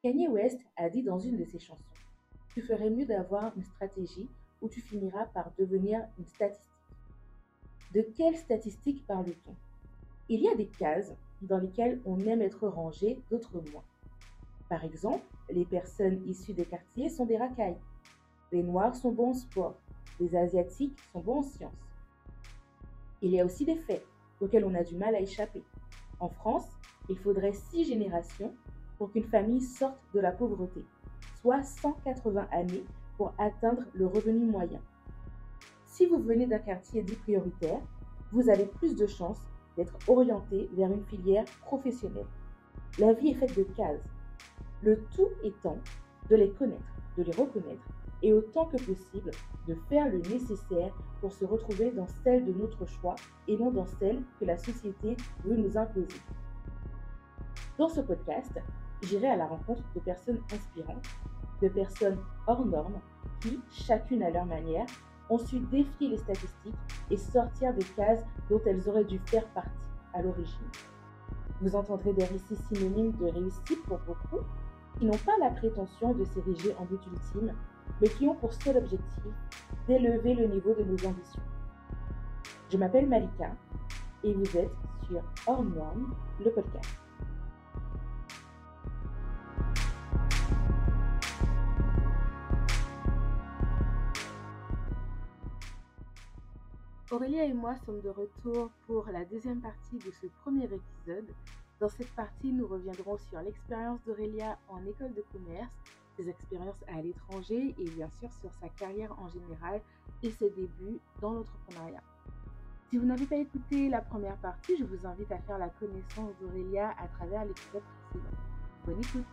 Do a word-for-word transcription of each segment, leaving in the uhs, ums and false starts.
Kanye West a dit dans une de ses chansons: tu ferais mieux d'avoir une stratégie ou tu finiras par devenir une statistique. De quelle statistique parle-t-on? Il y a des cases dans lesquelles on aime être rangé, d'autres moins. Par exemple, les personnes issues des quartiers sont des racailles. Les Noirs sont bons en sport. Les Asiatiques sont bons en sciences. Il y a aussi des faits auxquels on a du mal à échapper. En France, il faudrait six générations pour qu'une famille sorte de la pauvreté, soit cent quatre-vingts années pour atteindre le revenu moyen. Si vous venez d'un quartier dit prioritaire, vous avez plus de chances d'être orienté vers une filière professionnelle. La vie est faite de cases, le tout étant de les connaître, de les reconnaître et autant que possible de faire le nécessaire pour se retrouver dans celle de notre choix et non dans celle que la société veut nous imposer. Dans ce podcast, j'irai à la rencontre de personnes inspirantes, de personnes hors normes qui, chacune à leur manière, ont su défier les statistiques et sortir des cases dont elles auraient dû faire partie à l'origine. Vous entendrez des récits synonymes de réussite pour beaucoup, qui n'ont pas la prétention de s'ériger en but ultime, mais qui ont pour seul objectif d'élever le niveau de nos ambitions. Je m'appelle Malika et vous êtes sur Hors Normes, le podcast. Aurélia et moi sommes de retour pour la deuxième partie de ce premier épisode. Dans cette partie, nous reviendrons sur l'expérience d'Aurélia en école de commerce, ses expériences à l'étranger et bien sûr sur sa carrière en général et ses débuts dans l'entrepreneuriat. Si vous n'avez pas écouté la première partie, je vous invite à faire la connaissance d'Aurélia à travers l'épisode précédent. Bonne écoute!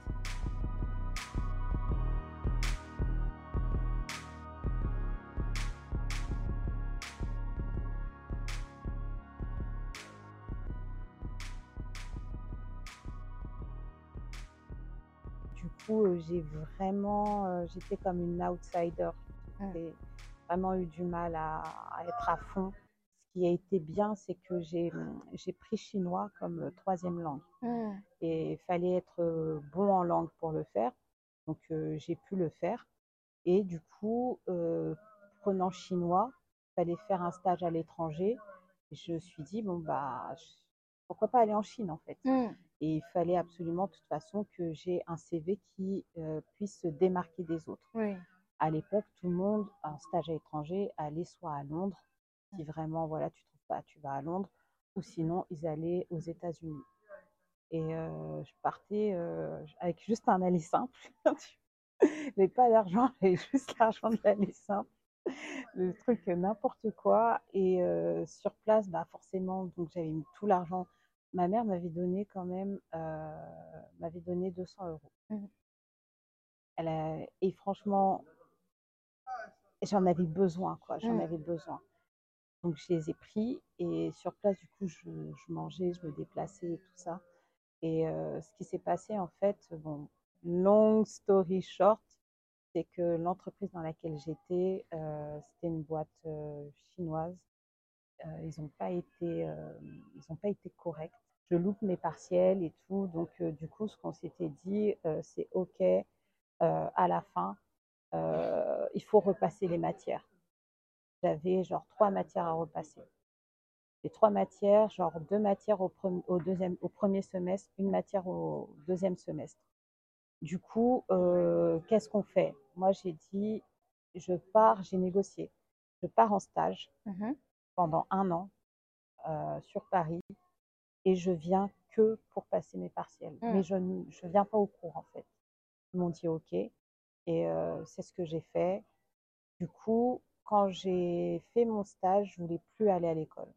Du coup, euh, j'ai vraiment, euh, j'étais comme une outsider. J'ai vraiment eu du mal à, à être à fond. Ce qui a été bien, c'est que j'ai j'ai pris chinois comme euh, troisième langue. Mmh. Et il fallait être euh, bon en langue pour le faire. Donc, euh, j'ai pu le faire. Et du coup, euh, prenant chinois, il fallait faire un stage à l'étranger. Et je me suis dit, bon, bah, je- pourquoi pas aller en Chine en fait. Mmh. Et il fallait absolument, de toute façon, que j'ai un C V qui euh, puisse se démarquer des autres. Oui. À l'époque, tout le monde, en stage à l'étranger, allait soit à Londres, si vraiment, voilà, tu trouves pas, tu vas à Londres, ou sinon, ils allaient aux États-Unis. Et euh, je partais euh, avec juste un aller simple. J'avais pas d'argent, j'avais juste l'argent de l'aller simple. Le truc euh, n'importe quoi. Et euh, sur place, bah forcément, donc j'avais mis tout l'argent. Ma mère m'avait donné quand même, euh, m'avait donné deux cents euros. Mmh. Elle a- et franchement, j'en avais besoin, quoi. J'en Mmh. avais besoin. Donc je les ai pris et sur place, du coup, je, je mangeais, je me déplaçais et tout ça. Et euh, ce qui s'est passé, en fait, bon, long story short, c'est que l'entreprise dans laquelle j'étais, euh, c'était une boîte euh, chinoise. Euh, ils n'ont pas été, euh, ils ont pas été corrects. Je loupe mes partiels et tout, donc euh, du coup, ce qu'on s'était dit, euh, c'est ok. euh, à la fin, euh, il faut repasser les matières. J'avais genre trois matières à repasser. Les trois matières, genre deux matières au, pre- au, deuxième, au premier semestre, une matière au deuxième semestre. Du coup, euh, qu'est-ce qu'on fait? Moi, j'ai dit, je pars, j'ai négocié. Je pars en stage Mmh. pendant un an euh, sur Paris et je viens que pour passer mes partiels. Mmh. Mais je ne je viens pas au cours, en fait. Ils m'ont dit OK et euh, c'est ce que j'ai fait. Du coup, quand j'ai fait mon stage, je voulais plus aller à l'école.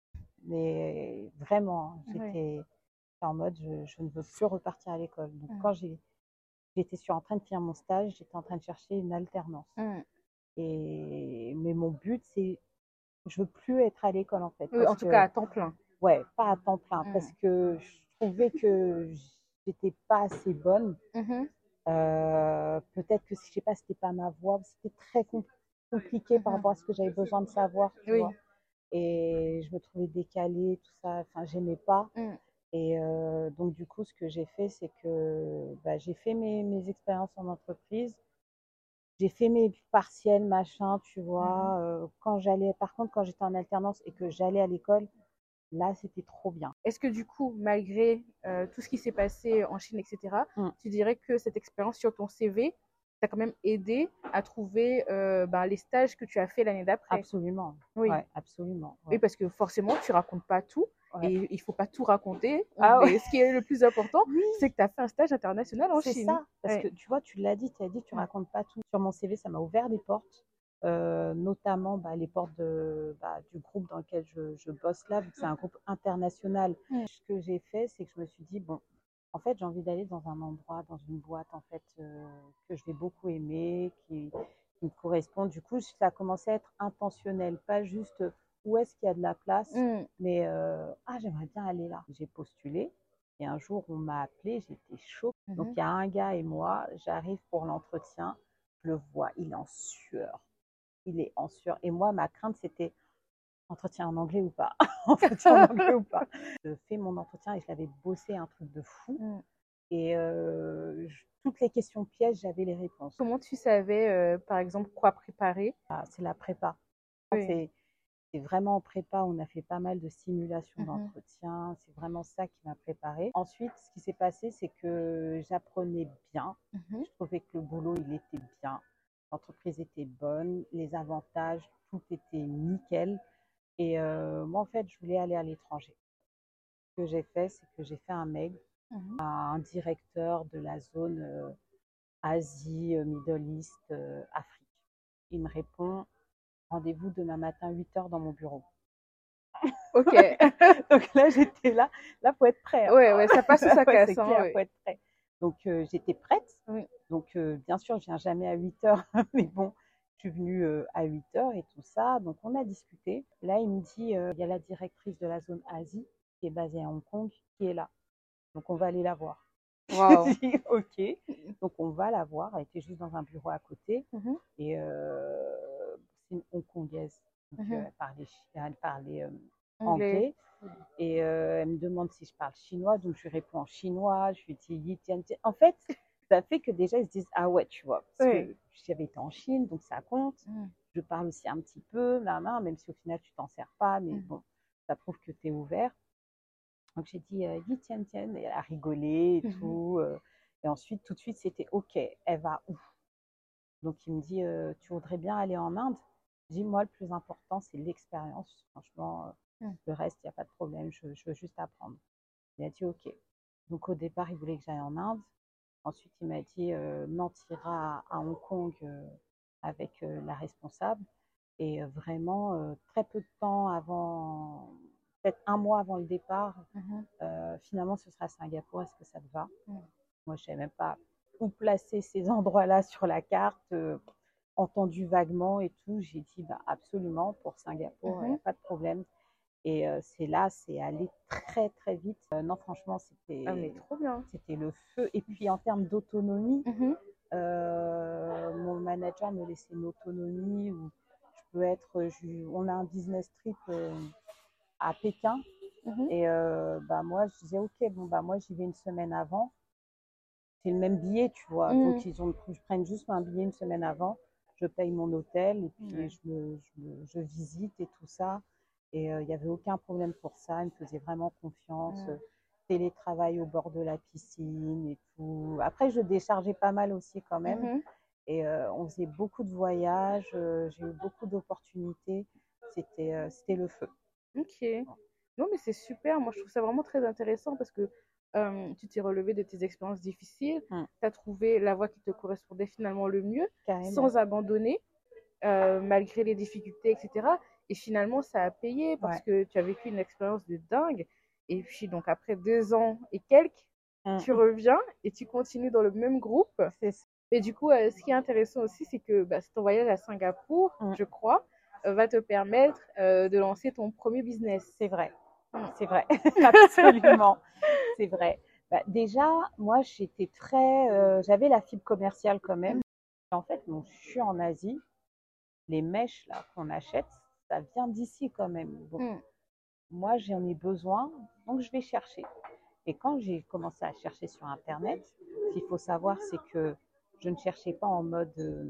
Mais vraiment, Oui. j'étais en mode, je, je ne veux plus repartir à l'école. Donc, Mmh. quand j'ai j'étais sur, en train de finir mon stage, j'étais en train de chercher une alternance. Mmh. Et, mais mon but, c'est, je veux plus être à l'école en fait. Oui, Parce en tout cas que, à temps plein. ouais, pas à temps plein, Mmh. parce que je trouvais que j'étais pas assez bonne. Mmh. Euh, peut-être que, je sais pas, c'était pas ma voix, c'était très com- compliqué par Mmh. rapport à ce que j'avais besoin de savoir, tu Oui. vois. Et je me trouvais décalée, tout ça, enfin, j'aimais pas. Mmh. Et euh, donc, du coup, ce que j'ai fait, c'est que bah, j'ai fait mes, mes expériences en entreprise. J'ai fait mes partiels, machin, tu Mhm. vois. Euh, quand j'allais, par contre, quand j'étais en alternance et que j'allais à l'école, là, c'était trop bien. Est-ce que du coup, malgré euh, tout ce qui s'est passé en Chine, et cetera, Mm. tu dirais que cette expérience sur ton C V t'a quand même aidé à trouver euh, ben, les stages que tu as fait l'année d'après? Absolument. Oui. Ouais, absolument. Oui, Ouais. parce que forcément, tu racontes pas tout Ouais. et il faut pas tout raconter. Ah ouais. Mais ce qui est le plus important, Oui, c'est que tu as fait un stage international en c'est Chine. ça. Parce Ouais. que tu vois, tu l'as dit, tu as dit, tu Mm. racontes pas tout. Sur mon C V, ça m'a ouvert des portes. Euh, notamment bah, les portes de, bah, du groupe dans lequel je, je bosse là, vu que c'est un groupe international. Mm. Ce que j'ai fait, c'est que je me suis dit, bon, en fait, j'ai envie d'aller dans un endroit, dans une boîte, en fait, euh, que je vais beaucoup aimer, qui, qui me correspond. Du coup, ça a commencé à être intentionnel, pas juste où est-ce qu'il y a de la place, Mm. mais euh, ah, j'aimerais bien aller là. J'ai postulé et un jour, on m'a appelé, j'étais chaud. Donc, Mhm. il y a un gars et moi, j'arrive pour l'entretien, je le vois, il est en sueur. Il est en sueur. Et moi, ma crainte, c'était entretien en anglais ou pas. Entretien en anglais ou pas. Je fais mon entretien et je l'avais bossé un truc de fou. Mm. Et euh, je- toutes les questions pièges, j'avais les réponses. Comment tu savais, euh, par exemple, quoi préparer? Ah, c'est la prépa. Oui. C'est c'est vraiment en prépa. On a fait pas mal de simulations Mhm. d'entretien. C'est vraiment ça qui m'a préparée. Ensuite, ce qui s'est passé, c'est que j'apprenais bien. Mhm. Je trouvais que le boulot, il était bien. L'entreprise était bonne. Les avantages, tout était nickel. Et euh, moi, en fait, je voulais aller à l'étranger. Ce que j'ai fait, c'est que j'ai fait un mail Mhm. à un directeur de la zone euh, Asie, euh, Middle East, euh, Afrique. Il me répond, rendez-vous demain matin huit heures dans mon bureau. Ok. Donc là, j'étais là. Là, faut être prêt. Hein. Ouais, ouais, ça passe ou ça Ouais, casse, c'est hein, clair, ouais. faut être prêt. Donc euh, j'étais prête. Oui. Donc euh, bien sûr, je viens jamais à huit heures, mais bon, je suis venue euh, à huit heures et tout ça. Donc on a discuté. Là, il me dit, euh, il y a la directrice de la zone Asie qui est basée à Hong Kong qui est là. Donc on va aller la voir. Waouh. Je dis ok. Donc on va la voir. Elle était juste dans un bureau à côté Mhm. et euh, c'est une Hongkongaise. Donc euh, Mhm. elle parlait, elle parlait euh, Anglais. anglais et euh, elle me demande si je parle chinois. Donc je lui réponds en chinois. Je lui dis yi tian tian. En fait, ça fait que déjà ils se disent ah ouais tu vois parce Oui. que j'avais été en Chine donc ça compte. Mhm. Je parle aussi un petit peu, là, là, même si au final tu t'en sers pas, mais Mhm. bon, ça prouve que tu es ouvert. Donc j'ai dit, euh, Yi tian tian, et elle a rigolé et Mhm. tout. euh, et ensuite, tout de suite, c'était OK, elle va où? Donc il me dit, euh, tu voudrais bien aller en Inde? Je dis, moi, le plus important, c'est l'expérience. Franchement, euh, Mhm. le reste, il n'y a pas de problème, je, je veux juste apprendre. Il a dit, OK. Donc au départ, il voulait que j'aille en Inde. Ensuite, il m'a dit, euh, non, tu iras à Hong Kong euh, avec euh, la responsable. Et euh, vraiment, euh, très peu de temps avant, peut-être un mois avant le départ, Mhm. euh, finalement, ce sera Singapour. Est-ce que ça te va? Mhm. Moi, je ne savais même pas où placer ces endroits-là sur la carte. Euh, entendu vaguement et tout. J'ai dit bah, absolument pour Singapour, il n'y a Mhm. pas de problème. Et euh, c'est là, c'est allé très très vite. Euh, non, franchement, Ah, mais c'était trop bien. c'était le feu. Et puis en termes d'autonomie, Mhm. euh, mon manager me laissait une autonomie où je peux être. Je, on a un business trip euh, à Pékin. Mhm. Et euh, bah, moi, je disais, OK, bon, bah, moi, j'y vais une semaine avant. C'est le même billet, tu vois. Mhm. Donc, ils ont, je prenne juste un billet une semaine avant. Je paye mon hôtel et puis Ouais. je, me, je, me- je visite et tout ça. Et il euh, n'y avait aucun problème pour ça. Ils me faisaient vraiment confiance. Mhm. Euh, télétravail au bord de la piscine et tout. Après, je déchargeais pas mal aussi quand même. Mhm. Et euh, on faisait beaucoup de voyages. Euh, j'ai eu beaucoup d'opportunités. C'était euh, c'était le feu. Ok. Non, mais c'est super. Moi, je trouve ça vraiment très intéressant parce que euh, tu t'es relevé de tes expériences difficiles. Hum, Tu as trouvé la voie qui te correspondait finalement le mieux carrément. sans abandonner, euh, malgré les difficultés, et cetera. Et finalement, ça a payé parce Ouais. que tu as vécu une expérience de dingue. Et puis, donc, après deux ans et quelques, Hum, tu reviens et tu continues dans le même groupe. c'est ça. Et du coup, euh, ce qui est intéressant aussi, c'est que bah, ton voyage à Singapour, Hum, je crois, euh, va te permettre euh, de lancer ton premier business. c'est vrai. Mm. C'est vrai. Absolument. C'est vrai. Bah, déjà, moi, j'étais très. Euh, j'avais la fibre commerciale quand même. En fait, bon, je suis en Asie. Les mèches là qu'on achète, ça vient d'ici quand même. Bon, Mm. moi, j'en ai besoin, donc je vais chercher. Et quand j'ai commencé à chercher sur Internet, ce qu'il faut savoir, c'est que je ne cherchais pas en mode euh,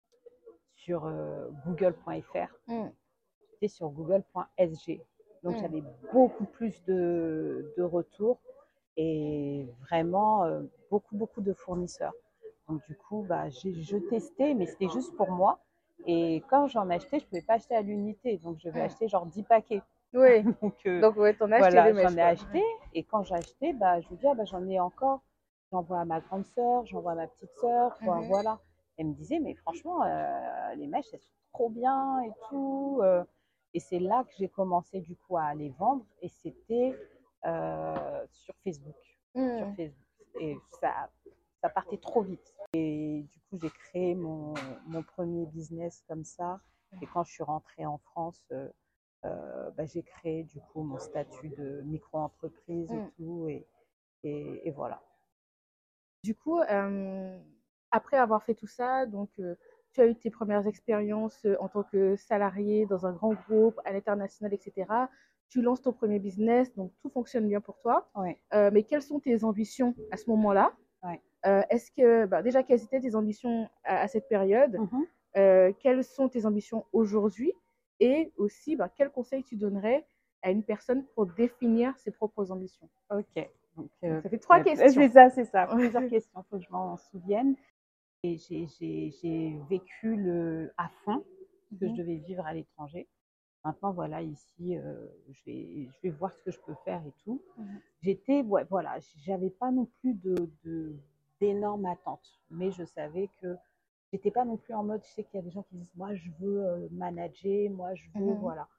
sur euh, google point f r, Mm. j'étais sur google point s g. Donc Mm. j'avais beaucoup plus de, de retours et vraiment euh, beaucoup, beaucoup de fournisseurs. Donc du coup, bah, j'ai, je testais, mais c'était juste pour moi. Et quand j'en achetais, je ne pouvais pas acheter à l'unité. Donc je vais Mm. acheter genre dix paquets. Oui. Donc, euh, Donc, ouais, t'en as acheté voilà, des mèches, j'en ai quoi. acheté. Et quand j'ai acheté, bah, je lui dis, ah, bah, j'en ai encore. J'envoie à ma grande sœur, j'envoie à ma petite sœur. Enfin, Mhm. voilà. Elle me disait, mais franchement, euh, les mèches, elles sont trop bien et tout. euh. Et c'est là que j'ai commencé du coup à les vendre. Et c'était euh, sur Facebook. Sur Mm. Facebook. Et ça, ça partait trop vite. Et du coup, j'ai créé mon, mon premier business comme ça. Et quand je suis rentrée en France, euh, euh, bah, j'ai créé du coup mon statut de micro-entreprise et Mm. tout. Et, et, et voilà. Du coup, euh, après avoir fait tout ça, donc euh, tu as eu tes premières expériences euh, en tant que salarié dans un grand groupe, à l'international, et cetera. Tu lances ton premier business, donc tout fonctionne bien pour toi. Ouais, Euh, mais quelles sont tes ambitions à ce moment-là? ouais. Euh, Est-ce que, bah, déjà, quelles étaient tes ambitions à, à cette période? Mhm. Euh, quelles sont tes ambitions aujourd'hui? Et aussi, bah, quels conseils tu donnerais à une personne pour définir ses propres ambitions? Ok. Donc, Donc, euh, ça fait trois euh, questions. c'est ça, c'est ça. Plusieurs questions, il faut que je m'en souvienne. Et j'ai, j'ai, j'ai vécu le, à fond ce que je Mhm. devais vivre à l'étranger. Maintenant, voilà, ici, euh, je, vais, je vais voir ce que je peux faire et tout. Mhm. J'étais, ouais, voilà, j'avais pas non plus de, de, d'énormes attentes, mais je savais que j'étais pas non plus en mode, je sais qu'il y a des gens qui disent, moi, je veux euh, manager, moi, je veux, Mhm. voilà.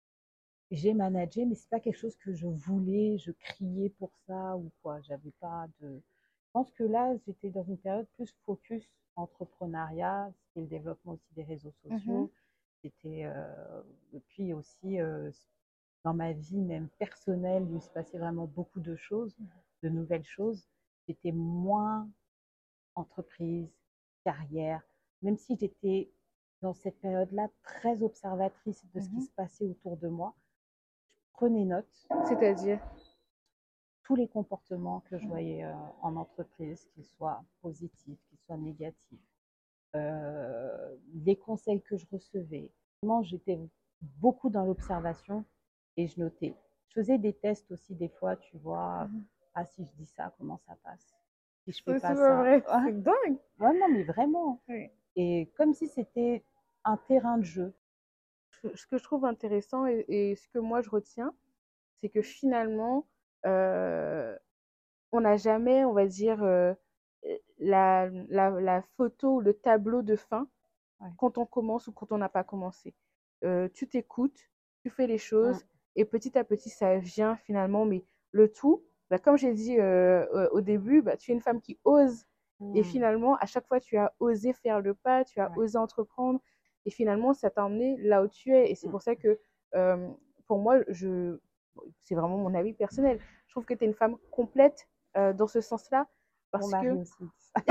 J'ai managé, mais c'est pas quelque chose que je voulais, je criais pour ça ou quoi. J'avais pas de. Je pense que là, j'étais dans une période plus focus entrepreneuriat, c'était le développement aussi des réseaux Mhm. sociaux. C'était euh, et puis aussi euh, dans ma vie même personnelle, où il se passait vraiment beaucoup de choses, de nouvelles choses. J'étais moins entreprise, carrière, même si j'étais dans cette période-là très observatrice de ce qui Mhm. se passait autour de moi. Prenez note, C'est-à-dire? tous les comportements que je voyais euh, en entreprise, qu'ils soient positifs, qu'ils soient négatifs, euh, les conseils que je recevais. Vraiment, j'étais beaucoup dans l'observation et je notais. Je faisais des tests aussi des fois, tu vois. Mhm. Ah, si je dis ça, comment ça passe? Si je fais C'est pas pas ça. vrai, Ouais, c'est dingue. ouais, non, mais vraiment. Oui. Et comme si c'était un terrain de jeu. Ce que je trouve intéressant et, et ce que moi je retiens, c'est que finalement, euh, on n'a jamais, on va dire, euh, la, la, la photo ou le tableau de fin Ouais. quand on commence ou quand on n'a pas commencé. Euh, tu t'écoutes, tu fais les Mm. choses et petit à petit, ça vient finalement. Mais le tout, bah, comme j'ai dit euh, euh, au début, bah, tu es une femme qui ose. Et Mm. finalement, à chaque fois, tu as osé faire le pas, tu as Ouais. osé entreprendre. Et finalement, ça t'a emmené là où tu es. Et c'est Mm. pour ça que, euh, pour moi, je, c'est vraiment mon avis personnel. Je trouve que tu es une femme complète euh, dans ce sens-là. Mon Parce mari que. aussi.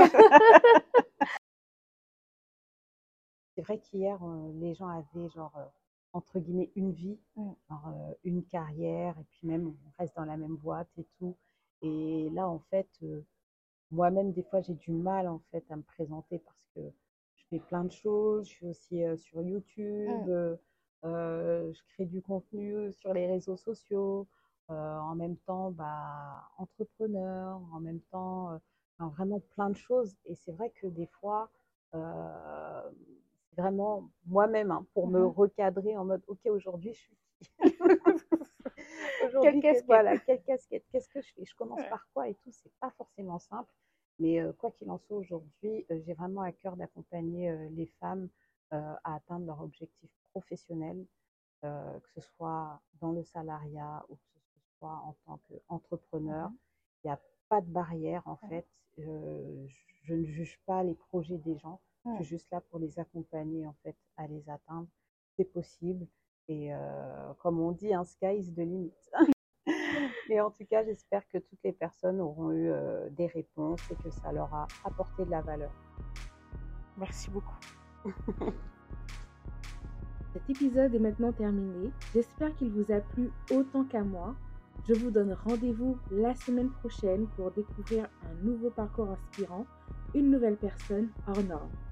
C'est vrai qu'hier, euh, les gens avaient genre, euh, entre guillemets, une vie, Mm. genre, euh, une carrière, et puis même on reste dans la même boîte et tout. Et là, en fait, euh, moi-même, des fois, j'ai du mal en fait à me présenter parce que je fais plein de choses. Je suis aussi euh, sur YouTube, Mm. euh, euh, je crée du contenu sur les réseaux sociaux, euh, en même temps, bah, entrepreneur, en même temps, euh, enfin, vraiment plein de choses. Et c'est vrai que des fois, euh, c'est vraiment moi-même hein, pour me Mhm. recadrer en mode, ok, aujourd'hui, je suis qui Quelle aujourd'hui, que- casquette. voilà, quelle casquette, qu'est-ce que je fais? Je commence Ouais. par quoi et tout, c'est pas forcément simple. Mais euh, quoi qu'il en soit, aujourd'hui, euh, j'ai vraiment à cœur d'accompagner euh, les femmes euh, à atteindre leur objectif professionnel, euh, que ce soit dans le salariat ou que ce soit en tant qu'entrepreneur. Mhm. Il n'y a pas de barrière en Ouais. fait. Euh, je ne juge pas les projets des gens. Je Ouais. suis juste là pour les accompagner en fait à les atteindre. C'est possible. Et euh, comme on dit, un sky is the limit. Et en tout cas, j'espère que toutes les personnes auront eu euh, des réponses et que ça leur a apporté de la valeur. Merci beaucoup. Cet épisode est maintenant terminé. J'espère qu'il vous a plu autant qu'à moi. Je vous donne rendez-vous la semaine prochaine pour découvrir un nouveau parcours inspirant, une nouvelle personne hors norme.